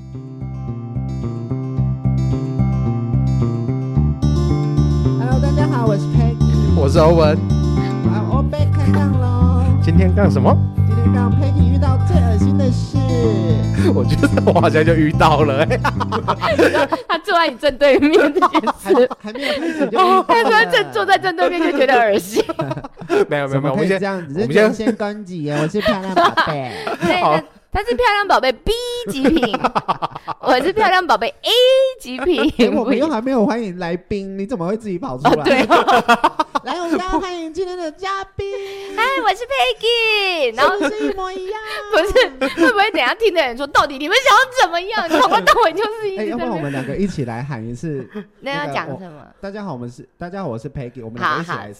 Hello， 大家好，我是 Peggy， 我是欧文。 我被开杠喽。 今天干什么？ 今天让 Peggy 遇到最恶心的事。 我觉得我好像就遇到了、 他坐在你正对面这件事， 还没有开始就遇到了。 他坐在正对面就觉得恶心。 没有，我们这样子，我们先攻击耶！我是漂亮宝贝。 对，他是漂亮宝贝 B 级品，我是漂亮宝贝 A 级品。 我们又还没有欢迎来宾，你怎么会自己跑出来？ 对、 来，我们要欢迎今天的嘉宾。 嗨，我是 Peggy， 然后是一模一样。 不是，会不会等一下听的人说，到底你们想要怎么样？从头到尾就是一直在。 要不然我们两个一起来喊一次。 那要讲什么？ 大家好，我是 Peggy， 我们两个一起来。 好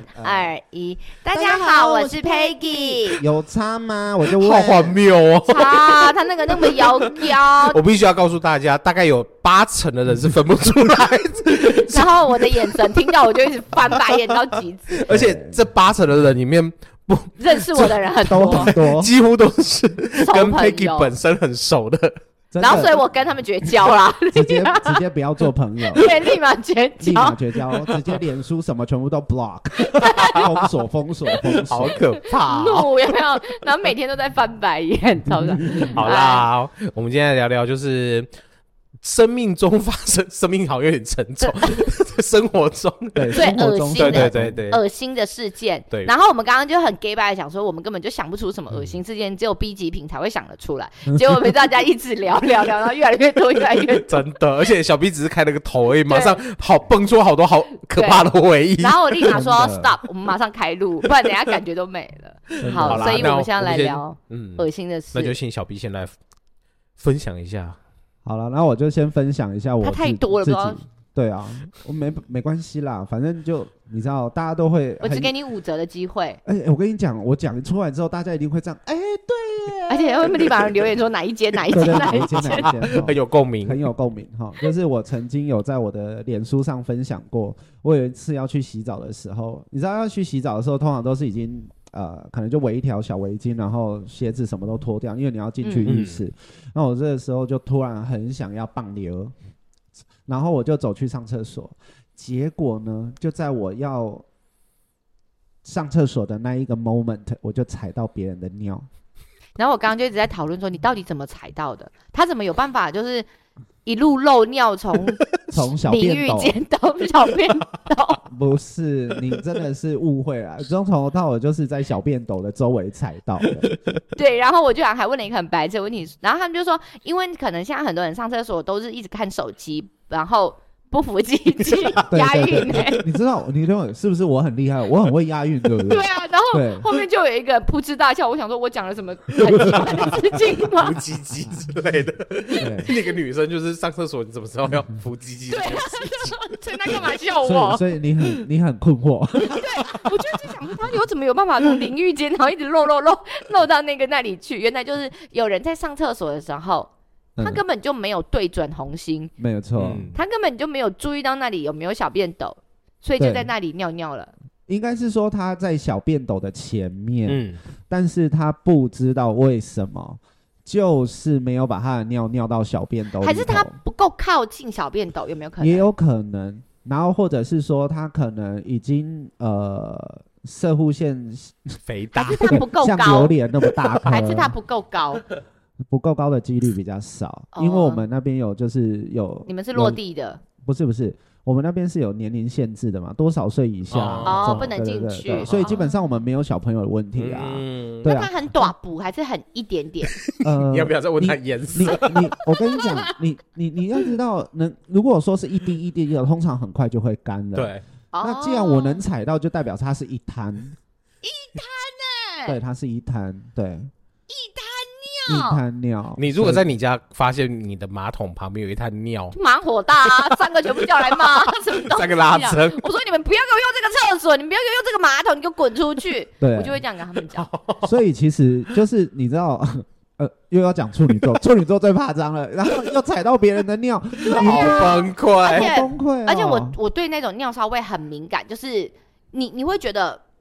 ，3、2、1，大家好，我是 Peggy。 有差吗？我就问。 好荒谬哦！ 差，他那么摇。 我必须要告诉大家，大概有80%的人是分不出来。 然后我的眼神听到我就一直翻白眼到极致。 而且这80%的人里面，不认识我的人很多， 几乎都是跟 Peggy 本身很熟的。 然后所以我跟他们绝交啦， 直接不要做朋友， 对，立马绝交， 直接脸书什么全部都 block， 封锁， 好可怕、 怒有没有？然后每天都在翻白眼，好啦，我们今天来聊聊就是生命中发生，生命好像有点沉重，生活中最恶心的， 对恶心的事件。 对， 然后我们刚刚就很 gay 白想说，我们根本就想不出什么恶心事件，只有 B 级品才会想得出来。结果被大家一直聊，然后越来越多， 真的，而且小 B 只是开了个头而已，马上蹦出好多好可怕的回忆。 然后我立马说 stop， 我们马上开录，不然等一下感觉都没了。好，所以我们现在来聊恶心的事。 那就请小 B 先来分享一下。 好了，然后我就先分享一下我他太多了，不知道。 对啊，我没关系啦，反正就你知道，大家都会。 我只给你5折的机会。 我跟你讲，我讲出来之后，大家一定会这样。对耶。 而且会立马留言说哪一间，哪一间， 很有共鸣， 很有共鸣哈。就是我曾经有在我的脸书上分享过，我有一次要去洗澡的时候，你知道要去洗澡的时候，通常都是已经。可能就围一条小围巾，然后鞋子什么都脱掉，因为你要进去浴室。那我这个时候就突然很想要棒流，然后我就走去上厕所。结果呢，就在我要上厕所的那一个 moment， 我就踩到别人的尿。 然后我刚刚就一直在讨论说，你到底怎么踩到的？他怎么有办法就是一路漏尿从小便淋浴间到小便斗？ 不是，你真的是误会了。从头到尾就是在小便斗的周围踩到的。对， 然后我居然还问了一个很白痴的问题，然后他们就说，因为可能现在很多人上厕所都是一直看手机，然后不服气押韵你知道是不是我很厉害？我很会押韵，对不对？ 对啊，然后后面就有一个噗嗤大笑，我想说我讲了什么很奇怪的事情吗？ 扶鸡鸡之类的。那个女生就是上厕所，你怎么知道要扶鸡鸡？ 对啊，所以他干嘛笑我？ 所以你很困惑。 对，我就想说他怎么有办法从淋浴间，然后一直漏到那里去？原来就是有人在上厕所的时候。他根本就没有对准红心， 没有错， 他根本就没有注意到那里有没有小便斗，所以就在那里尿尿了。 应该是说他在小便斗的前面，但是他不知道为什么，就是没有把他的尿尿到小便斗里头， 还是他不够靠近小便斗，有没有可能？ 也有可能，然后或者是说他可能已经射护腺肥大， 还是他不够高， 像榴莲那么大颗， 还是他不够高？ 不够高的几率比较少，因为我们那边有你们是落地的， 不是，我们那边是有年龄限制的嘛，多少岁以下不能进去， 对，所以基本上我们没有小朋友的问题啊。 对啊，那它很短补还是很一点点？ 你要不要再问他颜色？ 我跟你讲，你要知道，如果说是一滴一滴的，通常很快就会干了。 对， 那既然我能踩到，就代表它是一滩， 对， 它是一滩，对。 一滩尿， 你如果在你家发现你的马桶旁边有一滩尿， 蛮火大啊！3个全部叫来骂，什么东西？3 个拉针， 我说你们不要给我用这个厕所，你们不要给我用这个马桶，你给我滚出去！对，我就会这样跟他们讲。 所以其实就是你知道，又要讲处女座，处女座最怕脏了，然后又踩到别人的尿， 好崩溃， 而且我对那种尿骚味很敏感，就是你会觉得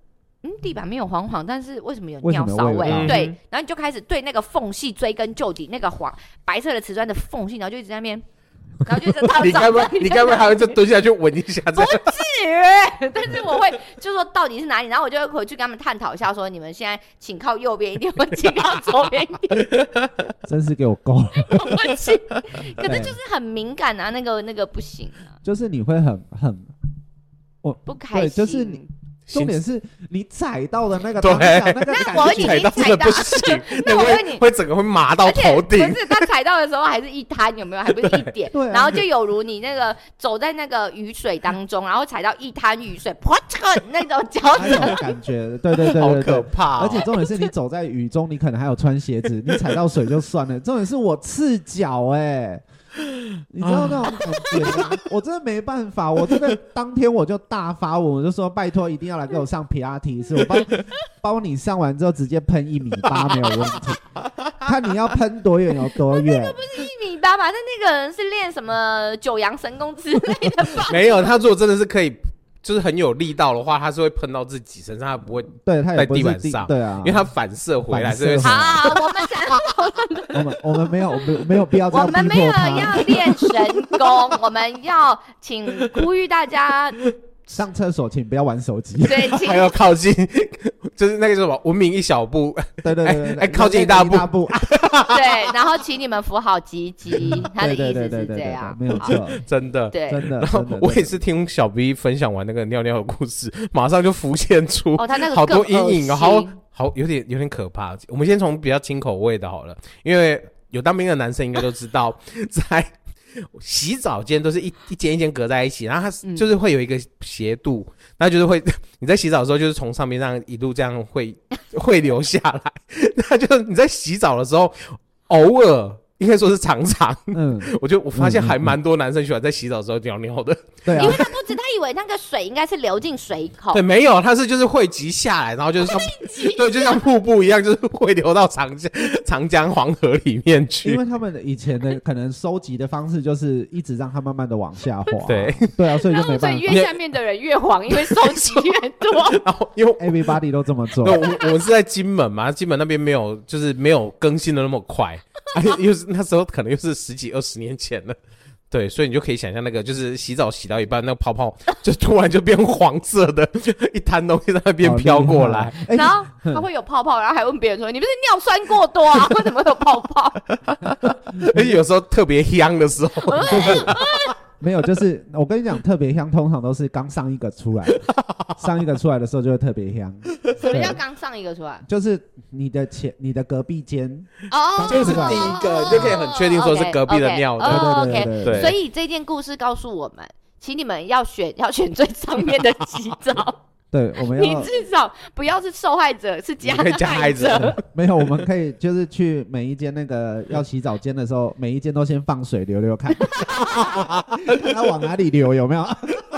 地板没有黄黄，但是为什么有尿骚味？对，然后你就开始对那个缝隙追根究底，那个白色的瓷砖的缝隙，然后就一直在那边。然后就你该不会还会再蹲下去闻一下？不至于，但是我会就说到底是哪里，然后我就会回去跟他们探讨一下，说你们现在请靠右边一点，我请靠左边一点。 真是给我够了！ 不行，可是就是很敏感啊，那个不行啊。 就是你会很不开心， 对，就是你。重点是你踩到的那个当下，那个感觉踩到真的不行，那会整个会麻到头顶。 不是，他踩到的时候还是一滩，有没有？还不是一点。然后就有如你那个走在那个雨水当中，然后踩到一滩雨水，啪嚓那种脚趾的感觉，对， 好可怕。 而且重点是你走在雨中，你可能还有穿鞋子，你踩到水就算了，重点是我赤脚你知道那种感觉吗？我真的没办法，我这个当天我就大发文，我就说拜托一定要来给我上皮拉提斯，我帮你上完之后直接喷1.8米没有问题，看你要喷多远有多远。 那个不是1.8米吧？那个人是练什么九阳神功之类的吧？ 没有，他如果真的是可以。就是很有力道的话，它是会喷到自己身上，它不会在地板上， 对啊， 因为它反射回来是会。 好，我们想讨论我们没有必要这样逼迫他。 我们没有要练神功，我们要请呼吁大家上厕所请不要玩手机， 对， 还要靠近，就是那个什么文明一小步， 对， 靠近一大步， 对，然后请你们扶好鸡鸡，他的意思是这样， 没有错， 真的， 对， 真的。 然后我也是听小 B 分享完那个尿尿的故事，马上就浮现出他那个好多阴影哦，好有点可怕。我们先从比较轻口味的好了，因为有当兵的男生应该都知道，在洗澡间都是一间一间隔在一起，然后它就是会有一个斜度，那就是会你在洗澡的时候，就是从上面这样一路这样会流下来，那就你在洗澡的时候，偶尔应该说是常常，我发现还蛮多男生喜欢在洗澡的时候尿尿的， 对啊， 因为他不知他以为那个水应该是流进水口， 对，没有，它是就是汇集下来，然后就是像对，就像瀑布一样，就是会流到长江黄河里面去。 因为他们以前的可能收集的方式就是一直让它慢慢的往下滑， 对啊，所以就没办法， 越下面的人越黄，因为收集越多。 然后因为 everybody 都这么做。 对，我们是在金门嘛，金门那边没有更新的那么快，又是那时候可能又是10几20年前了。对，所以你就可以想象那个，就是洗澡洗到一半，那个泡泡就突然就变黄色的，一滩东西在那边飘过来， 然后它会有泡泡，然后还问别人说：“你不是尿酸过多啊？为什么会有泡泡？” 而且有时候特别香的时候， 没有，就是我跟你讲，特别香通常都是刚上一个出来，上一个出来的时候就会特别香。 什么叫刚上一个出来？ 就是你的隔壁间就是第一个，你就可以很确定说是隔壁的尿的。 对，所以这件故事告诉我们，请你们要选最上面的洗澡。 对，我们要你至少不要是受害者，是加害者。 没有，我们可以就是去每一间那个要洗澡间的时候，每一间都先放水流流看，看它往哪里流，有没有？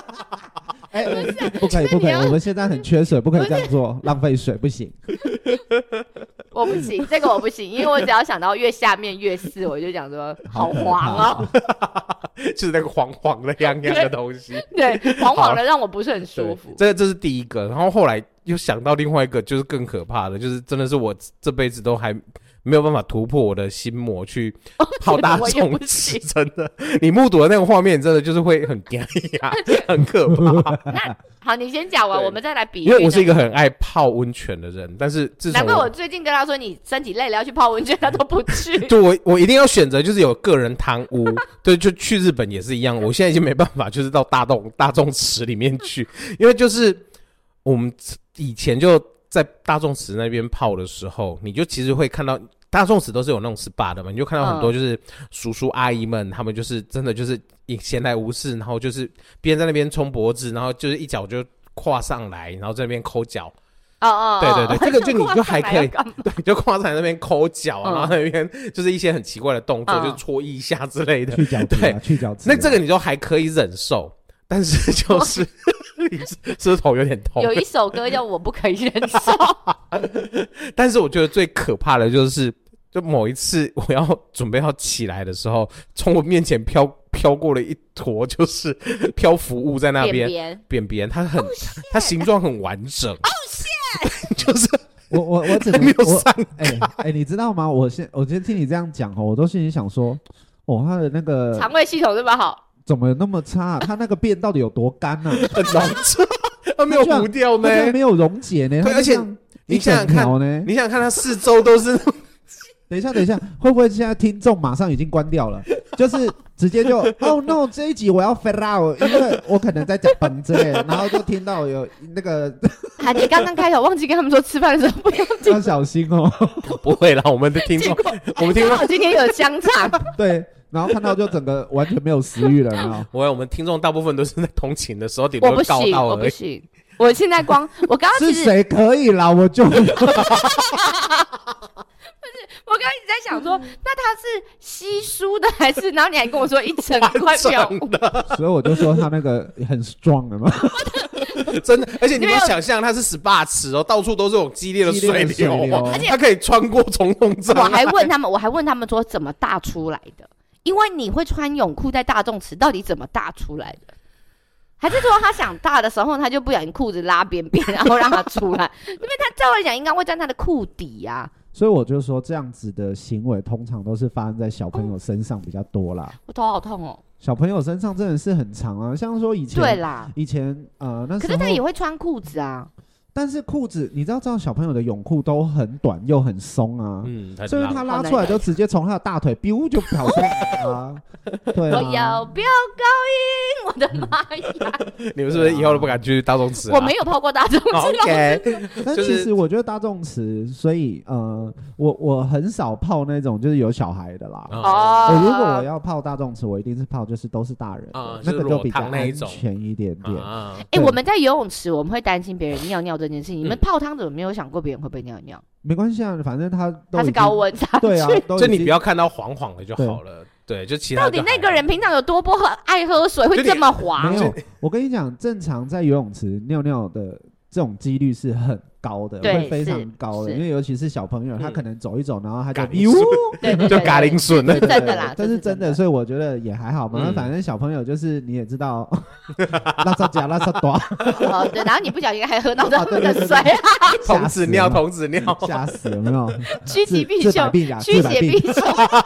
不可以，我们现在很缺水，不可以这样做，浪费水不行。 我不行，这个我不行，因为我只要想到越下面越湿，我就讲说好黄哦， 就是那个黄黄的香香的东西， 对，黄黄的让我不是很舒服。 这是第一个，然后后来又想到另外一个，就是更可怕的，就是真的是我这辈子都还没有办法突破我的心魔去泡大众池，真的，你目睹的那个画面，真的就是会很惊讶，很可怕。 那好，你先讲完，我们再来比喻。 因为我是一个很爱泡温泉的人，但是自从难怪我最近跟他说你身体累了要去泡温泉，他都不去。 就我一定要选择，就是有个人汤屋，对，就去日本也是一样。我现在已经没办法，就是到大众池里面去，因为就是我们以前就在大众池那边泡的时候，你就其实会看到。大众池都是有那种 SPA 的嘛，你就看到很多就是叔叔阿姨们，他们就是真的就是闲来无事，然后就是边在那边冲脖子，然后就是一脚就跨上来，然后在那边抠脚。对，这个就你就还可以，对，就跨上来那边抠脚，然后那边就是一些很奇怪的动作，就是搓一下之类的。 去角质，对，去角质。 那这个你就还可以忍受，但是就是你是不是头有点痛？ 有一首歌叫《我不可以忍受》， 但是我觉得最可怕的就是就某一次我要准备要起来的时候，从我面前飘过了一坨就是漂浮物在那边，便便，它形状很完整。就是我只能没有上你知道吗？我先听你这样讲我都心里想说，他的那个肠胃系统这么好， 怎么那么差？他那个便到底有多干啊？ 很浓稠，它没有糊掉呢， 没有溶解呢。 对，而且你想想看呢，你想想看，它四周都是。 等一下，会不会现在听众马上已经关掉了？就是直接就哦 no， 这一集我要 fade out， 因为我可能在讲崩之类的，然后就听到有那个你刚刚开头忘记跟他们说吃饭的时候不要小心哦。 不会啦，我们的听众，我们听众今天有香肠， 对，然后看到就整个完全没有食欲了，有没有？ 我们听众大部分都是在通勤的时候，顶多告到我不行，我现在我刚刚是谁可以啦，我就。 我刚刚一直在想说，那它是稀疏的还是？然后你还跟我说一整块漂的， 所以我就说它那个很 strong 的嘛， 真的。而且你没有想象它是18尺到处都是这种激烈的水流， 而且它可以穿过重重障碍。 我还问他们说怎么大出来的？因为你会穿泳裤在大众池，到底怎么大出来的？还是说他想大的时候，他就不小心裤子拉边边，然后让它出来？因为他照来讲应该会在他的裤底啊。 所以我就说，这样子的行为通常都是发生在小朋友身上比较多啦。 我头好痛哦。 小朋友身上真的是很长啊，像说以前， 对啦， 以前那时候， 可是他也会穿裤子啊。 但是裤子，你知道小朋友的泳裤都很短又很松啊，所以他拉出来就直接从他的大腿 biu 就跑出来啊。对啊， 我要飙高音，我的妈呀！ 你们是不是以后都不敢去大众池？ 我没有泡过大众池。 OK， 但其实我觉得大众池，所以我很少泡那种就是有小孩的啦。如果我要泡大众池，我一定是泡就是都是大人的，那个就比较安全一点点。 我们在游泳池，我们会担心别人尿尿这件事情。你们泡汤怎么没有想过别人会不会尿尿？ 没关系啊，反正他是高温差距。 对啊， 就你不要看到黄黄的就好了。对，就其他到底那个人平常有多不爱喝水，会这么黄？ 没有，我跟你讲，正常在游泳池尿尿的这种几率是很高的，会非常高的，因为尤其是小朋友，他可能走一走，然后他就就嘎铃顺了， 是真的啦， 这是真的，所以我觉得也还好嘛。反正小朋友就是你也知道，拉撒假拉撒多， 对，然后你不小心还喝到那个水， 童子尿， 吓死有没有？ 趋吉避凶，驱邪避凶。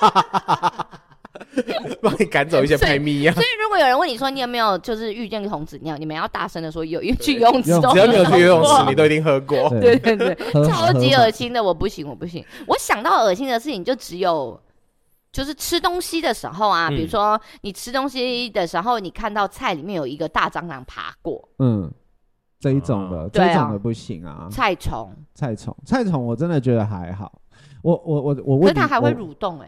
帮你赶走一些拍咪呀。 所以如果有人问你说你有没有就是遇见童子尿，你们要大声的说有，因为去游泳池只要你有去游泳池，你都一定喝过。 对，超级恶心的，我不行。我想到恶心的事情就只有就是吃东西的时候啊，比如说你吃东西的时候，你看到菜里面有一个大蟑螂爬过， 这一种的不行啊。 菜虫， 我真的觉得还好。我问你， 可是它还会蠕动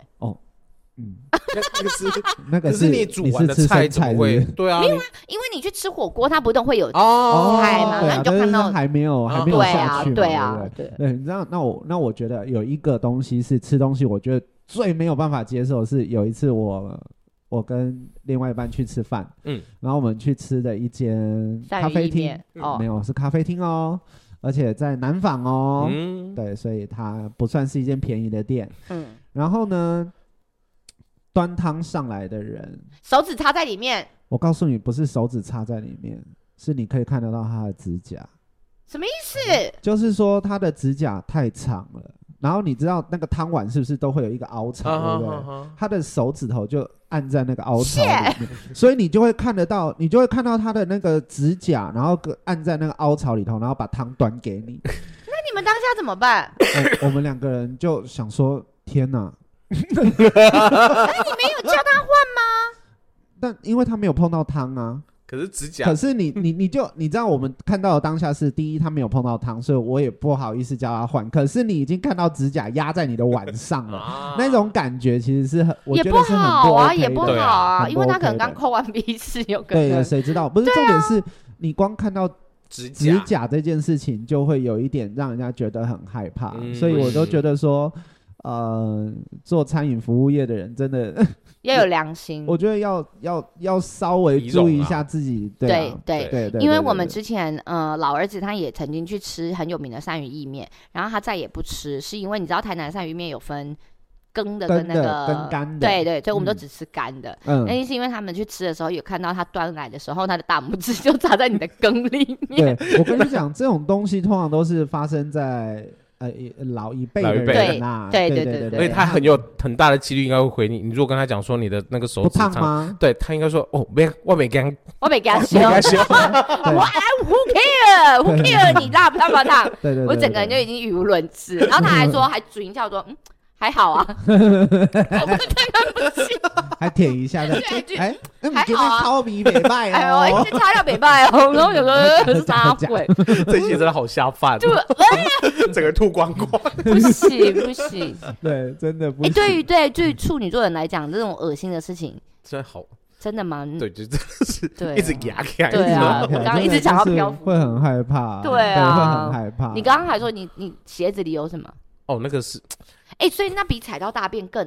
可是你煮完的菜怎么会？对啊， 因为你去吃火锅，它不都会有菜嘛？那你就看到还没有下去嘛。 对啊， 你知道？那我觉得有一个东西是吃东西，我觉得最没有办法接受是有一次我跟另外一半去吃饭，然后我们去吃的一间咖啡厅，没有是咖啡厅哦。而且在南纺哦，对，所以它不算是一间便宜的店。然后呢，端汤上来的人手指插在里面， 我告诉你，不是手指插在里面，是你可以看得到他的指甲。 什么意思？ 就是说他的指甲太长了，然后你知道那个汤碗是不是都会有一个凹槽，对不对？他的手指头就按在那个凹槽里面，所以你就会看得到，你就会看到他的那个指甲，然后按在那个凹槽里头，然后把汤端给你。 那你们当下怎么办？ 我们两个人就想说，天哪！ 你没有叫他换吗？ 但因为他没有碰到汤啊。 可是指甲， 可是你知道我们看到的当下是第一他没有碰到汤，所以我也不好意思叫他换。可是你已经看到指甲压在你的碗上了，那种感觉其实是很，我觉得是很不 OK 的， 也不好啊，因为他可能刚抠完鼻屎，有可能。 对，谁知道？不是重点是，你光看到指甲这件事情，就会有一点让人家觉得很害怕，所以我都觉得说。做餐饮服务业的人真的要有良心， 我觉得要稍微注意一下自己。对， 因为我们之前老儿子他也曾经去吃很有名的鳝鱼意面，然后他再也不吃，是因为你知道台南鳝鱼面有分羹的跟那个跟干的， 对对，所以我们都只吃干的。原因是因为他们去吃的时候，有看到他端来的时候，他的大拇指就插在你的羹里面。 对，我跟你讲，这种东西通常都是发生在老一辈的人啊， 对， 所以他很大的几率应该会回你。你如果跟他讲说你的那个手指不烫吗？ 对他应该说哦，我没给他修，我 who care 你辣不烫不烫？ 对， 我整个人就已经语无伦次。然后他还说还嘴一下说还好啊，我真的不行， 还舔一下的， 还好啊，超米北拜哦，一直擦到北拜哦，然后有时候是啥鬼， 这些真的好下饭， 就整个吐光光， 不行， 对，真的不行。 对于处女座人来讲，这种恶心的事情， 真的好。 真的吗？ 对，就真的是一直压开。 对啊，我刚刚一直讲到漂浮， 会很害怕。 对啊， 会很害怕。 你刚刚还说你鞋子里有什么？ 哦，那个是， 所以那比踩到大便更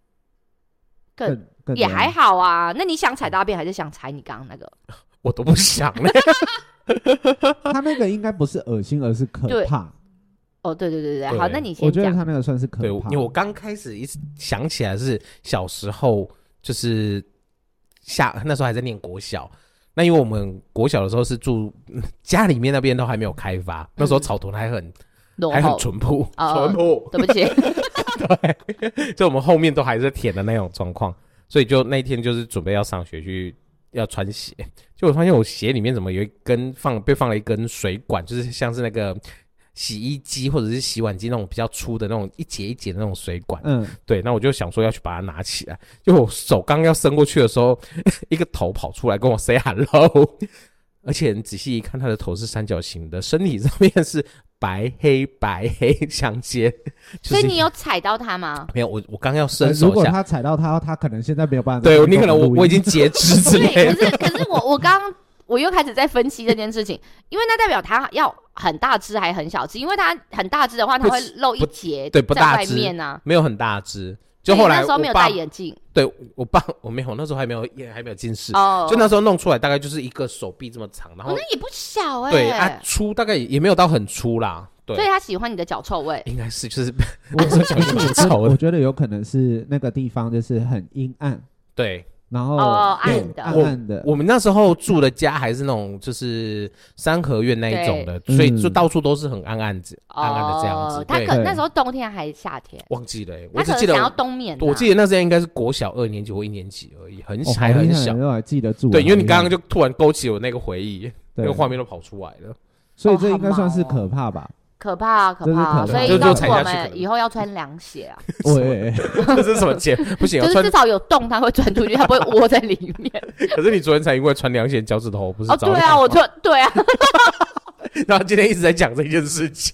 也还好啊。那你想踩大便还是想踩你刚刚那个？ 我都不想了。 他那个应该不是恶心，而是可怕。 哦，对，好，那你先讲。 我觉得他那个算是可怕。 对，因为我刚开始一想起来是小时候，就是那时候还在念国小。那因为我们国小的时候是住家里面那边都还没有开发，那时候草屯还很淳朴， 对不起， 对，就我们后面都还是田的那种状况，所以就那一天就是准备要上学去要穿鞋，就我发现我鞋里面怎么有一根被放了一根水管，就是像是那个洗衣机或者是洗碗机那种比较粗的那种一节一节的那种水管，对，那我就想说要去把它拿起来，就我手刚要伸过去的时候，一个头跑出来跟我 say hello， 而且你仔细一看，他的头是三角形的，身体上面是白黑相间， 所以你有踩到他吗？ 没有，我刚要伸手下， 如果他踩到他可能现在没有办法。 对，你可能我已经截肢之类的。 可是我刚刚我又开始在分析这件事情，因为那代表他要很大只还很小只，因为他很大只的话，他会露一截在外面啊， 没有很大只。就后来那时候没有戴眼镜， 对我没有，那时候还没有近视，就那时候弄出来大概就是一个手臂这么长，然后那也不小对粗大概也没有到很粗啦，对， 所以他喜欢你的脚臭味， 应该是就是我觉得有可能是那个地方就是很阴暗， 对。 然后暗的， 我们那时候住的家还是那种就是三合院那一种的，所以就到处都是很暗暗的这样子。 他可能那时候冬天还是夏天， 忘记了， 我只记得想要冬眠。 我记得那时候应该是国小2年级或1年级而已，还很小， 还记得住。 对，因为你刚刚就突然勾起我那个回忆，那个画面都跑出来了， 所以这应该算是可怕吧。 可怕，所以告诉我们以后要穿凉鞋啊！ 喂， 这是什么鞋？不行， 就是至少有洞，它会钻出去，它不会窝在里面。 可是你昨天才因为穿凉鞋，脚趾头不是？ 对啊，对啊。 然后今天一直在讲这件事情。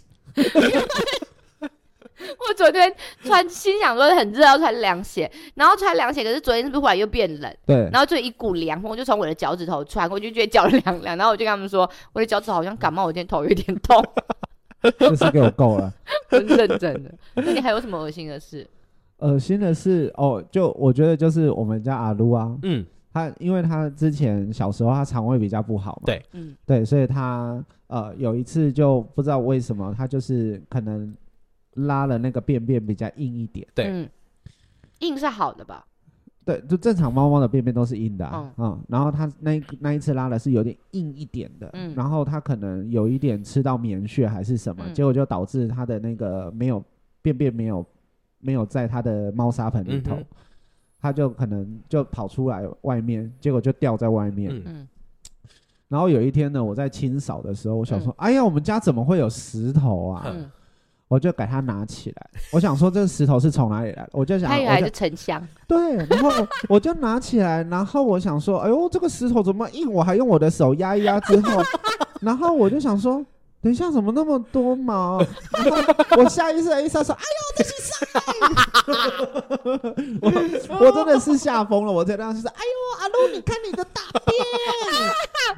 我昨天心想说很热要穿凉鞋，然后穿凉鞋，可是昨天是不是忽然又变冷？ 对， 然后就一股凉风就从我的脚趾头穿，我就觉得脚凉凉，然后我就跟他们说我的脚趾头好像感冒，我今天头有点痛。 这是给我够了， 很认真的。那你还有什么恶心的事？ 恶心的事就我觉得就是我们家阿撸啊，因为他之前小时候他肠胃比较不好嘛， 对， 对，所以他有一次就不知道为什么他就是可能拉了那个便便比较硬一点， 对， 硬是好的吧？ 对，就正常猫猫的便便都是硬的然后他那一次拉的是有点硬一点的，然后他可能有一点吃到棉絮还是什么，结果就导致他的那个便便没有在他的猫砂盆里头，他就可能就跑出来外面，结果就掉在外面。然后有一天呢，我在清扫的时候，我想说，哎呀，我们家怎么会有石头啊？我就给它拿起来，我想说这个石头是从哪里来的，我就想，它原来是沉香。 对，然后我就拿起来，然后我想说，哎呦，这个石头怎么硬？我还用我的手压一压之后，然后我就想说，等一下怎么那么多毛？然后我下意识的一说，哎呦，这是我真的是吓疯了，我在那就是，哎呦，阿撸，你看你的大便。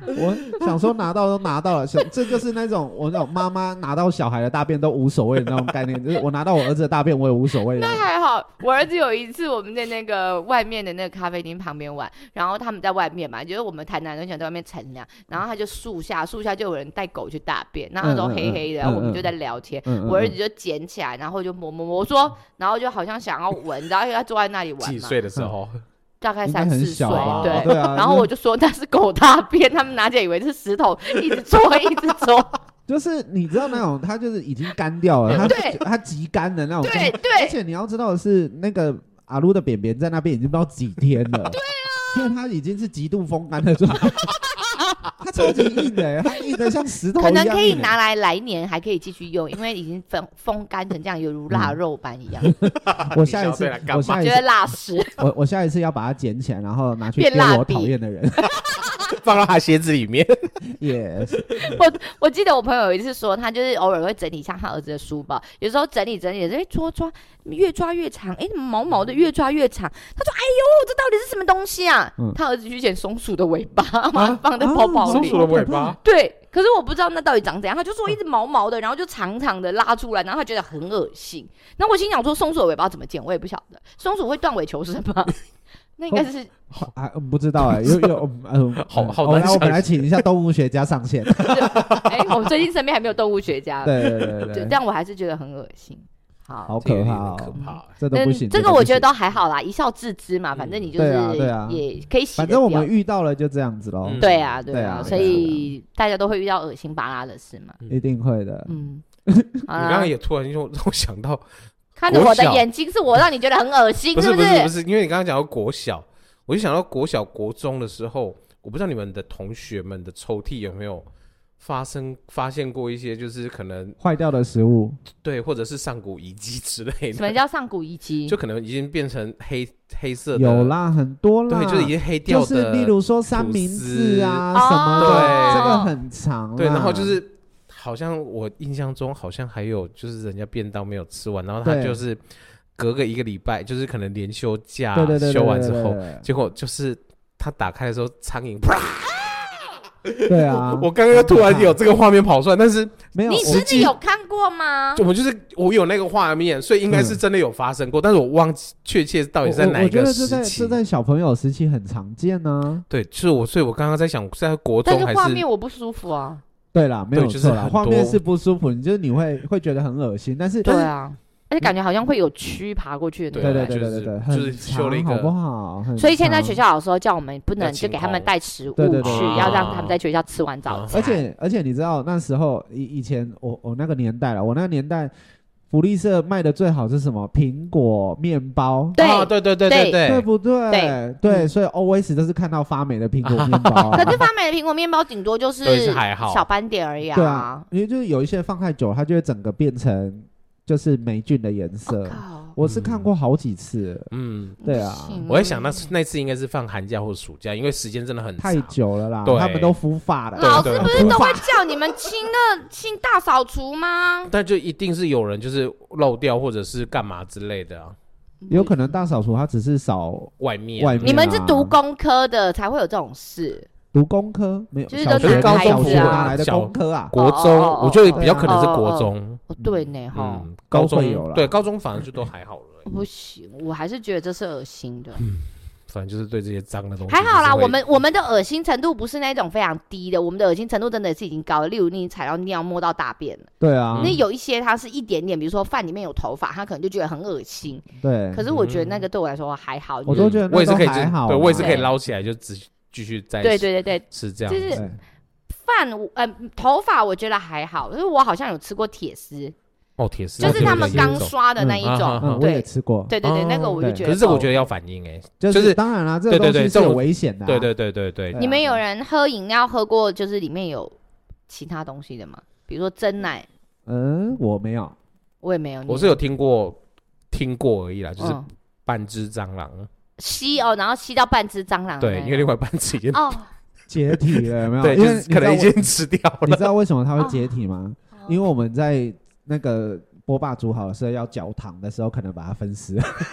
我想说拿到都拿到了，这就是那种我那种妈妈拿到小孩的大便都无所谓的那种概念，就是我拿到我儿子的大便我也无所谓的。 那还好，我儿子有一次我们在那个外面的那个咖啡厅旁边玩，然后他们在外面嘛，就是我们台南人想在外面乘凉，然后他就树下就有人带狗去大便，然后那时候黑黑的，然后我们就在聊天，我儿子就捡起来，然后就摸，我说，然后就好像想要闻，然后他坐在那里玩嘛。 几岁的时候？ 大概3、4岁， 对啊。 然后我就说那是狗大便，他们拿起来以为是石头，一直搓，一直搓。 就是你知道那种，它就是已经干掉了，它极干的那种。 对。 而且你要知道的是，那个阿鲁的便便在那边已经不知道几天了。对啊。所以它已经是极度风干的状态。它超级硬的，它硬的像石头一样。 可能可以拿来年还可以继续用，因为已经风干成这样，犹如腊肉般一样。 我下一次觉得辣屎。 我下一次要把它捡起来，然后拿去丢我讨厌的人。 放到他鞋子里面。 Yes。 我记得我朋友有一次说，他就是偶尔会整理一下他儿子的书包，有时候整理抓，越抓越长，毛毛的越抓越长。他说：“哎呦，这到底是什么东西啊？”他儿子去捡松鼠的尾巴，放在包包里。 松鼠的尾巴？ 对。可是我不知道那到底长怎样，他就说一直毛毛的，然后就长长的拉出来，然后他觉得很恶心。然后我心想说，松鼠的尾巴怎么剪？我也不晓得。松鼠会断尾求生吗？那应该是不知道好，我们来请一下动物学家上线。 我最近身边还没有动物学家。 对， 但我还是觉得很恶心。 好可怕， 可怕， 这都不行。 这个我觉得都还好啦，一笑置之嘛，反正你就是也可以洗。 反正我们遇到了就这样子咯。 对啊，所以大家都会遇到恶心巴拉的事嘛。 一定会的。 你刚刚也突然让我想到， 看着我的眼睛是我让你觉得很恶心，是不是？ 不是，因为你刚刚讲到国小，我就想到国小国中的时候，我不知道你们的同学们的抽屉有没有发现过一些就是可能坏掉的食物， 对，或者是上古遗迹之类的。 什么叫上古遗迹？ 就可能已经变成黑色的， 有啦，很多啦， 对，就是已经黑掉的， 就是例如说三明治啊什么的， 对， 这个很长。 对，然后就是好像我印象中好像还有就是人家便当没有吃完，然后他就是隔个1个礼拜，就是可能连休假休完之后，结果就是他打开的时候苍蝇啪。 对啊， 我刚刚突然有这个画面跑出来，但是没有， 你真的有看过吗？ 我有那个画面，所以应该是真的有发生过，但是我忘记确切到底在哪一个时期。 我觉得这在小朋友时期很常见呢。 对，就是所以我刚刚在想，在国中还是， 但是画面我不舒服啊。 对啦，没有错啦，画面是不舒服，你会觉得很恶心，但是对啊。而且感觉好像会有蛆爬过去的那种， 对， 就是修了一个， 好不好？ 所以现在学校有时候叫我们不能就给他们带食物去，要让他们在学校吃完早餐。 而且你知道那时候以前我那个年代了，我那个年代福利社卖的最好是什么？苹果面包。 对对不对？对，所以 always 都是看到发霉的苹果面包。 可是发霉的苹果面包顶多就是小斑点而已啊。 对啊，因为就是有一些放太久，它就会整个变成。就是霉菌的颜色，我是看过好几次。对啊， 我在想那次应该是放寒假或暑假，因为时间真的很长太久了啦。他们都孵化了， 老师不是都会叫你们清大扫除吗？ 但就一定是有人就是漏掉或者是干嘛之类的啊。 有可能大扫除它只是扫外面， 你们是读工科的才会有这种事。 读工科没有， 就是高中哪来的工科啊？ 国中，我觉得比较可能是国中。 对呢，哈， 高中有了， 对，高中反而就都还好了。 不行，我还是觉得这是恶心的。 反正就是对这些脏的东西还好啦。我们的恶心程度不是那种非常低的，我们的恶心程度真的是已经高了。例如你踩到尿摸到大便了， 对啊。 那有一些它是一点点，比如说饭里面有头发，他可能就觉得很恶心。 对， 可是我觉得那个对我来说还好。 我都觉得那都还好， 对，我也是可以捞起来就继续再对是这样子。 就是饭头发我觉得还好，因为我好像有吃过铁丝。 铁丝就是他们刚刷的那一种， 我也吃过。 对，那个我就觉得。 可是这我觉得要反应就是当然啦，这个东西是有危险的。 对。 你们有人喝饮料喝过，就是里面有其他东西的吗？比如说珍奶。 我没有， 我也没有。 我是有听过而已啦，就是半只蟑螂吸然后吸到半只蟑螂。 对，因为另外半只已经解体了，有没有？ 对，就是可能已经吃掉了。 你知道为什么它会解体吗？因为我们在那个波霸煮好的时候要搅糖的时候，可能把它分尸。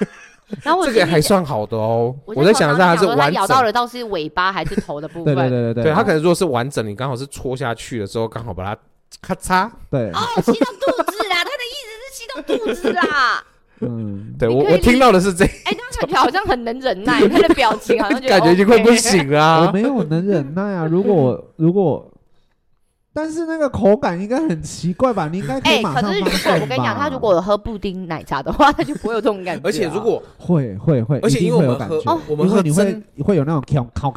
然后我这个还算好的哦。我在想的是它是完整， 咬到了到是尾巴还是头的部分？ 对， 它可能如果是完整，你刚好是戳下去的时候，刚好把它咔嚓。 对， 哦，吸到肚子啦，他的意思是吸到肚子啦。 对我听到的是这， 他感觉好像很能忍耐，他的表情好像感觉已经快不行了啊。 我没有能忍耐啊，如果。但是那个口感应该很奇怪吧？你应该可以马上发现吧。 可是如果我跟你讲，他如果有喝布丁奶茶的话，他就不会有这种感觉。 而且如果会， 而且因为会有感觉， 我们喝你会有那种烤。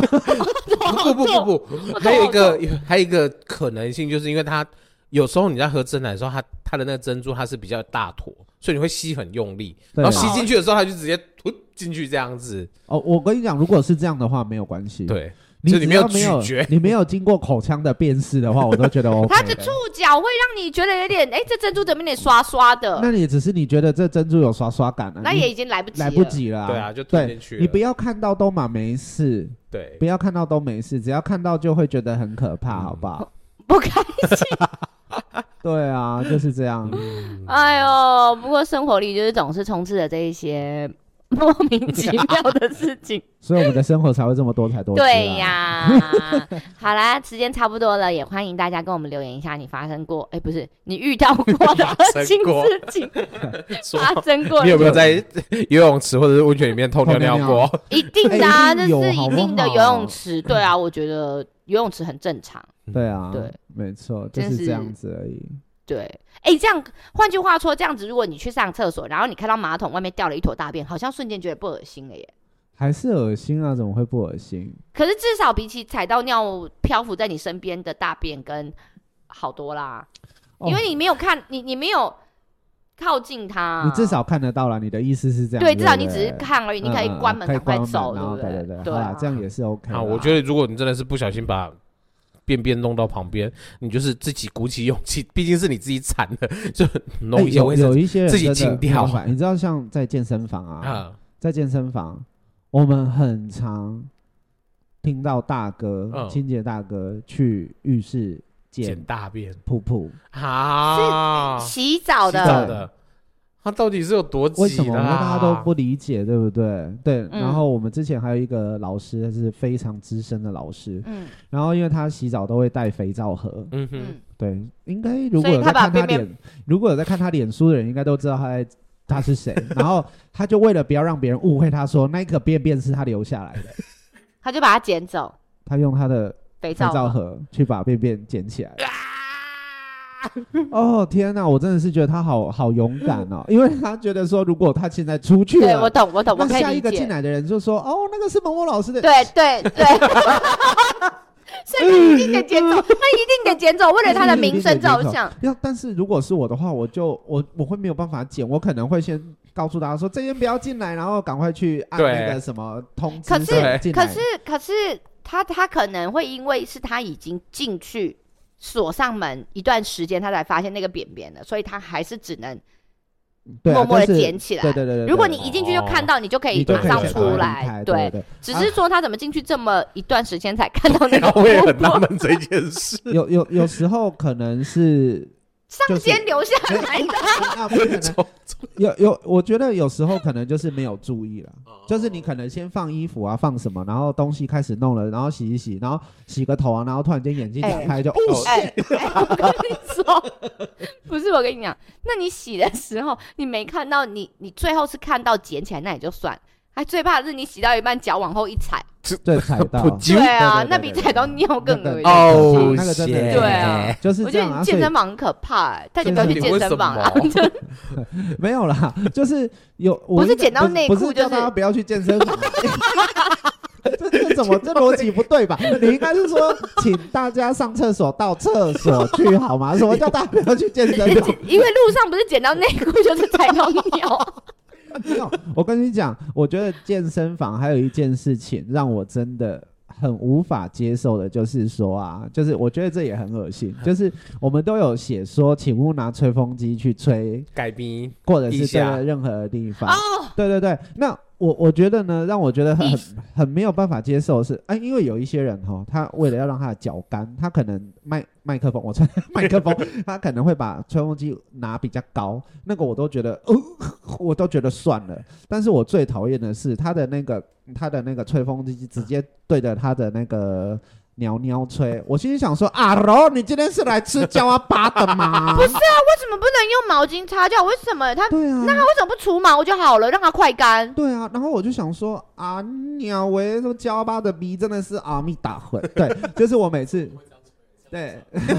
不，还有一个可能性，就是因为它有时候你在喝真奶的时候，它的那个珍珠它是比较大坨，所以你会吸很用力，然后吸进去的时候，它就直接吞进去这样子。 哦，我跟你讲，如果是这样的话，没有关系。 对。 你没有咀嚼， 你没有经过口腔的辨识的话，我都觉得 OK 的。 它的触角会让你觉得有点，这珍珠怎么有点刷刷的？ 那你只是你觉得这珍珠有刷刷感啊？ 那也已经来不及了。 对啊，就吞进去了。 你不要看到都嘛没事， 对， 不要看到都没事，只要看到就会觉得很可怕，好不好？ 不开心。 对啊，就是这样。 哎呦，不过生活里就是总是充斥着这一些莫名其妙的事情， 所以我们的生活才会这么多彩多姿。 对呀，好啦，时间差不多了，也欢迎大家跟我们留言一下你发生过，不是你遇到过的恶心事情，发生过。 你有没有在游泳池或者是温泉里面偷尿尿过？ 一定的啊，这是一定的游泳池。对啊，我觉得游泳池很正常。 对啊， 对， 没错，就是这样子而已。 对，这样换句话说，这样子，如果你去上厕所，然后你看到马桶外面掉了一坨大便，好像瞬间觉得不恶心了耶。 还是恶心啊？怎么会不恶心？ 可是至少比起踩到尿漂浮在你身边的大便跟好多啦，因为你没有看，你没有靠近它， 你至少看得到啦。你的意思是这样？ 对，至少你只是看而已，你可以关门赶快走， 对，好啦，这样也是 OK 啊。 我觉得如果你真的是不小心把便便弄到旁边，你就是自己鼓起勇气，毕竟是你自己铲的，就弄一些卫生， 有一些人自己清掉。 你知道，像在健身房啊，在健身房，我们很常听到大哥、清洁大哥去浴室捡大便、 噗噗啊，是洗澡的。 他到底是有多挤？ 为什么大家都不理解，对不对？对，然后我们之前还有一个老师，他是非常资深的老师，然后因为他洗澡都会带肥皂盒，对，应该如果有在看他脸书的人，应该都知道他是谁。然后他就为了不要让别人误会，他说那个便便是他留下来的， 他就把它捡走， 他用他的肥皂盒去把便便捡起来。哦天哪，我真的是觉得他好勇敢哦，因为他觉得说，如果他现在出去了， 对，我懂，那下一个进来的人就说，哦，那个是某某老师的， 对，所以他一定得捡走，为了他的名声着想。 但是如果是我的话，我会没有办法捡，我可能会先告诉大家说，这边不要进来，然后赶快去按那个什么通知。 可是他可能会因为是他已经进去。锁上门一段时间，他才发现那个便便了，所以他还是只能默默的捡起来。 对。 如果你一进去就看到，你就可以马上出来。对，只是说他怎么进去这么一段时间才看到那个？ 我也很纳闷这件事。 有时候可能是上间留下来的。我觉得有时候可能就是没有注意了，就是你可能先放衣服啊，放什么，然后东西开始弄了，然后洗一洗，然后洗个头啊，然后突然间眼睛打开就我跟你说，不是我跟你讲，那你洗的时候你没看到，你最后是看到捡起来，那也就算。还最怕的是你洗到一半脚往后一踩， 对，踩到， 对啊，那比踩到尿更恶心。 哦，那个真的， 对啊， 就是这样。 我觉得健身房很可怕，大家不要去健身房啦。 没有啦，就是不是捡到内裤， 就是叫大家不要去健身房。这怎么这逻辑不对吧？你应该是说，请大家上厕所到厕所去好吗？什么叫大家不要去健身房？ 因为路上不是捡到内裤，就是踩到尿。 我跟你讲，我觉得健身房还有一件事情让我真的很无法接受的，就是说啊，就是我觉得这也很恶心，就是我们都有写说，请勿拿吹风机去吹改冰或者是对任何的地方。对，那我觉得呢，让我觉得很没有办法接受的是，因为有一些人他为了要让他的脚干，他可能麦克风，我吹麦克风，他可能会把吹风机拿比较高，那个我都觉得，我都觉得算了。但是我最讨厌的是他的那个吹风机直接对着他的那个鸟鸟吹，我心里想说，你今天是来吃焦阿巴的吗？ 不是啊，为什么不能用毛巾擦掉？为什么他？ 对啊， 那他为什么不除毛就好了，让它快干？ 对啊，然后我就想说鸟喂，说焦阿巴的逼真的是阿弥达会，对，就是我每次。对，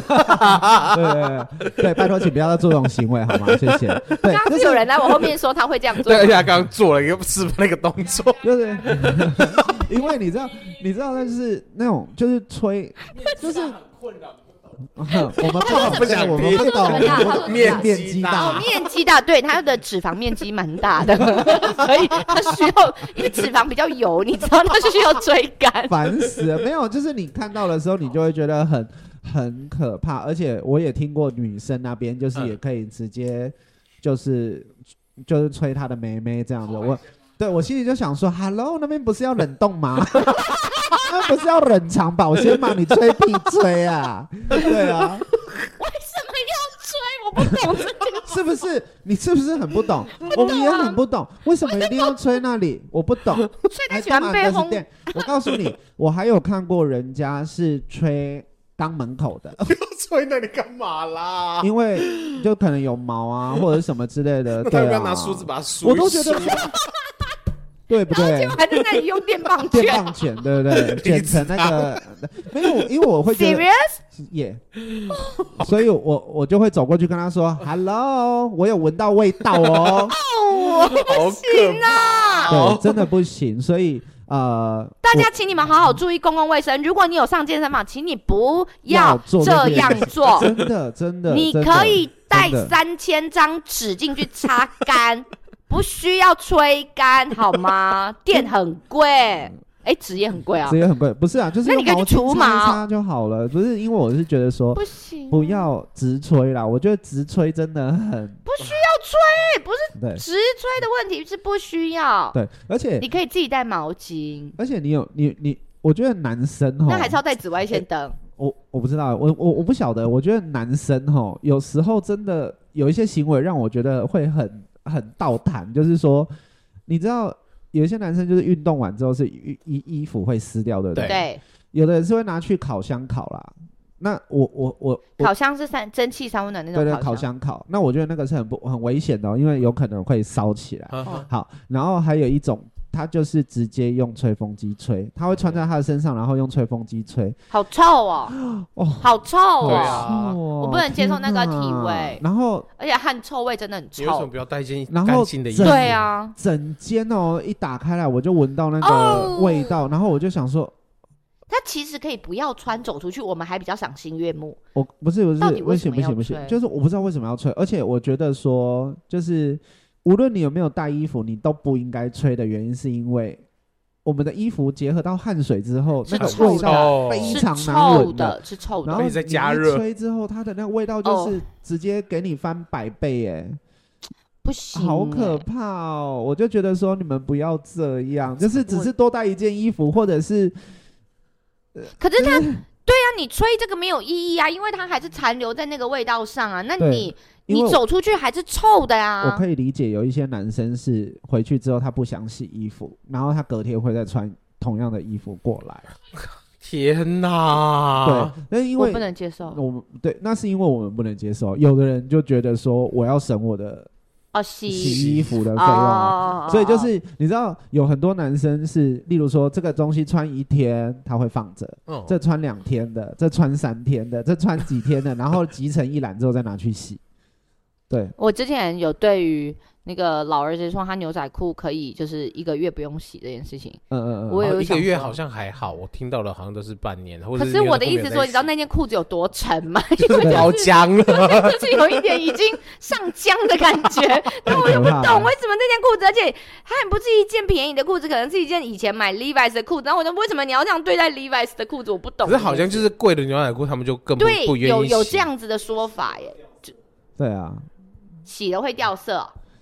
对，拜托，请不要再做这种行为好吗？谢谢。对， 刚刚是有人来我后面说他会这样做， 对，而且他刚刚做了一个示范那个动作， 对，因为你知道，那就是那种就是吹，就是我们不想听，我们不懂面积大， 面积大，对，它的脂肪面积蛮大的，所以它需要，因为脂肪比较油，你知道，它需要吹干。 烦死了，没有，就是你看到的时候，你就会觉得很可怕，而且我也听过女生那边就是也可以直接就是吹她的妹妹这样子，我心里就想说 ，Hello， 那边不是要冷冻吗？那不是要冷藏保鲜吗？你吹屁吹啊！对啊， 为什么要吹？我不懂这个， 是不是？你是不是很不懂？我们也很不懂，为什么一定要吹那里？我不懂。 所以他喜欢被轰。 我告诉你，我还有看过人家是吹肛门口的。 吹那里干嘛啦？ 因为就可能有毛啊，或者什么之类的。 对啊，要不要拿梳子把它梳一梳？ 我都觉得。对不对？ 还在那里用电棒卷， 电棒卷，对不对？卷成那个没有，因为我会觉得 ，serious， 所以我就会走过去跟他说 ，Hello， 我有闻到味道哦。 不行啊， 对，真的不行。所以大家请你们好好注意公共卫生。如果你有上健身房，请你不要这样做。 真的， 你可以带3000张纸进去擦干。不需要吹干好吗？电很贵，纸也很贵啊， 纸也很贵，不是啊，就是那你可以去除毛擦就好了。不是，因为我是觉得说不行， 不要直吹啦。我觉得直吹真的很不需要吹，不是直吹的问题，是不需要。 对，而且你可以自己带毛巾， 而且你，我觉得男生那还是要带紫外线灯。 我不知道，我不晓得。我觉得男生有时候真的有一些行为让我觉得会很倒弹，就是说，你知道有一些男生就是运动完之后是衣服会湿掉，对不对？ 对。 有的人是会拿去烤箱烤啦。那我烤箱是蒸汽三温暖那种对烤箱烤。那我觉得那个是很危险的因为有可能会烧起来。好，然后还有一种。他就是直接用吹风机吹，他会穿在他的身上，然后用吹风机吹， 好臭哦！好臭哦！ 对啊， 我不能接受那个体味。 然后， 而且汗臭味真的很臭。 你为什么不要带一件干净的衣服？ 对啊， 整间一打开来我就闻到那个味道，然后我就想说， 他其实可以不要穿走出去，我们还比较赏心悦目。 不是， 到底为什么要吹？ 不行，就是我不知道为什么要吹，而且我觉得说就是。无论你有没有带衣服，你都不应该吹的原因，是因为我们的衣服结合到汗水之后，那个味道非常难闻的， 是臭的。 然后你再加热吹之后，它的那个味道就是直接给你翻100倍耶， 不行， 好可怕哦！我就觉得说你们不要这样，就是只是多带一件衣服，或者是， 可是他。对啊，你吹这个没有意义啊，因为它还是残留在那个味道上啊。那你走出去还是臭的呀。 我可以理解有一些男生是回去之后他不想洗衣服，然后他隔天会再穿同样的衣服过来。 天哪！ 对，那因为我不能接受。 对，那是因为我们不能接受。有的人就觉得说我要省我的。洗衣服的费用，所以就是你知道有很多男生是，例如说这个东西穿1天他会放着，这穿2天的，这穿3天的，这穿几天的，然后集成一篮之后再拿去洗。对， 我之前有对于那个老儿子说他牛仔裤可以就是1个月不用洗这件事情，我有 1个月好像还好，我听到的好像都是半年，或者可是我的意思说，你知道那件裤子有多沉吗？ 好僵了， 就是有一点已经上浆的感觉。那我就不懂为什么那件裤子，而且它还不是一件便宜的裤子，可能是一件以前买 Levi's 的裤子。然后我就为什么你要这样对待 Levi's 的裤子？我不懂。 可是好像就是贵的牛仔裤，他们就更不愿意洗。 有这样子的说法耶。 对啊。 洗了会掉色，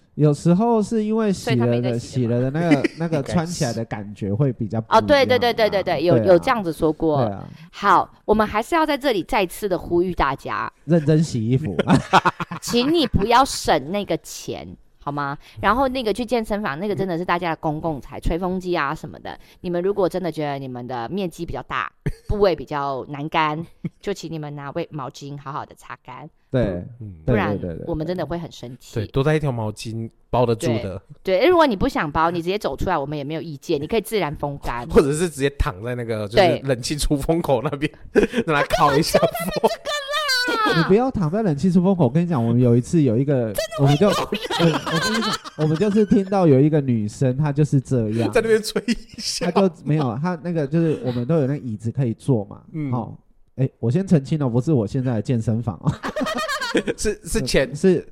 有时候是因为洗所以他没在了的洗的那个穿起来的感觉会比较不哦，对一样啊有这样子说过。 对啊， 好，我们还是要在这里再次的呼吁大家， 认真洗衣服。 请你不要省那个钱。好吗？然后那个去健身房，那个真的是大家的公共财，吹风机啊什么的。你们如果真的觉得你们的面积比较大，部位比较难干，就请你们拿毛巾好好的擦干。 对， 不然我们真的会很生气。 对，多带一条毛巾包得住的。 对，如果你不想包，你直接走出来，我们也没有意见，你可以自然风干， 或者是直接躺在那个就是冷气出风口那边，让它烤一下风。 你不要躺在冷气出风口。我跟你讲，我们有一次有一个，我们就，我跟你讲，我们就是听到有一个女生，她就是这样， 在那边吹一下， 她就没有，她那个就是我们都有那个椅子可以坐嘛。好，我先澄清哦，不是我现在的健身房哦。 是钱是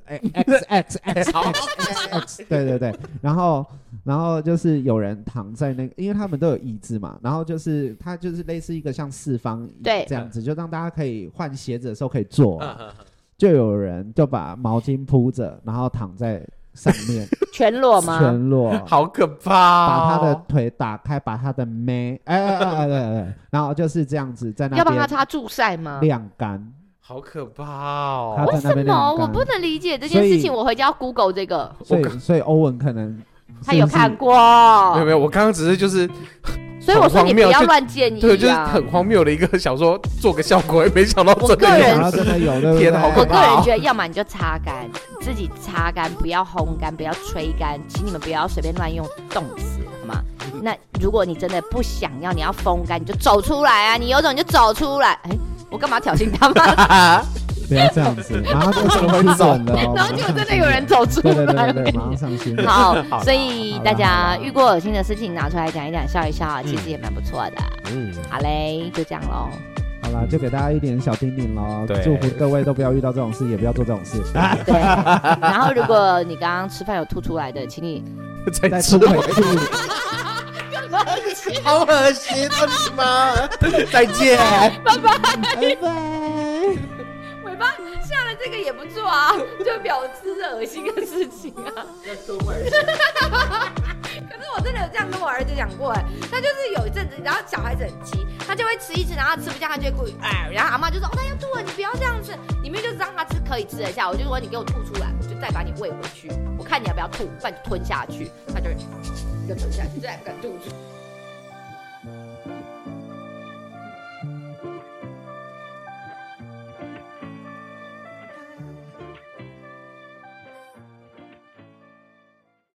X， 对，然后就是有人躺在那个，因为他们都有椅子嘛，然后就是它就是类似一个像四方椅这样子，就让大家可以换鞋子的时候可以坐，就有人就把毛巾铺着，然后躺在上面， 全裸吗？ 全裸， 好可怕、 把他的腿打开，把他的妹，然后就是这样子在那边， 要帮他擦助晒吗？ 晾干。 好可怕哦！ 为什么我不能理解这件事情？我回家要 Google 这个。 所以欧文可能他有看过， 没有，我刚刚只是就是， 所以我说你不要乱建议， 对，就是很荒谬的一个想说做个效果，没想到真的有， 天哪，好可怕！ 我个人觉得，要么你就擦干，自己擦干，不要烘干，不要吹干，请你们不要随便乱用动词，好吗？那如果你真的不想要，你要风干，你就走出来啊！你有种你就走出来，我干嘛挑衅他们？ 不要这样子，马上就真的会走的哦。 然后就真的有人走出来， 对，马上上心。 好，所以大家遇过恶心的事情拿出来讲一讲，笑一笑，其实也蛮不错的。好嘞，就这样咯。 好啦，就给大家一点小叮咛咯，祝福各位都不要遇到这种事，也不要做这种事。 对。然后如果你刚刚吃饭有吐出来的，请你再吃回去。 好恶心啊你妈！再见， 拜拜， 拜拜。 尾巴下了这个也不错啊，就表示恶心的事情啊。可是我真的有这样跟我儿子讲过，他就是有一阵子，然后小孩子很急，他就会吃一吃，然后吃不下，他就会故意然后阿嬷就说他要吐了，你不要这样子，你明明就让他吃可以吃得下，我就说你给我吐出来，我就再把你喂回去，我看你要不要吐，不然就吞下去，他就吞下去，再敢吐出。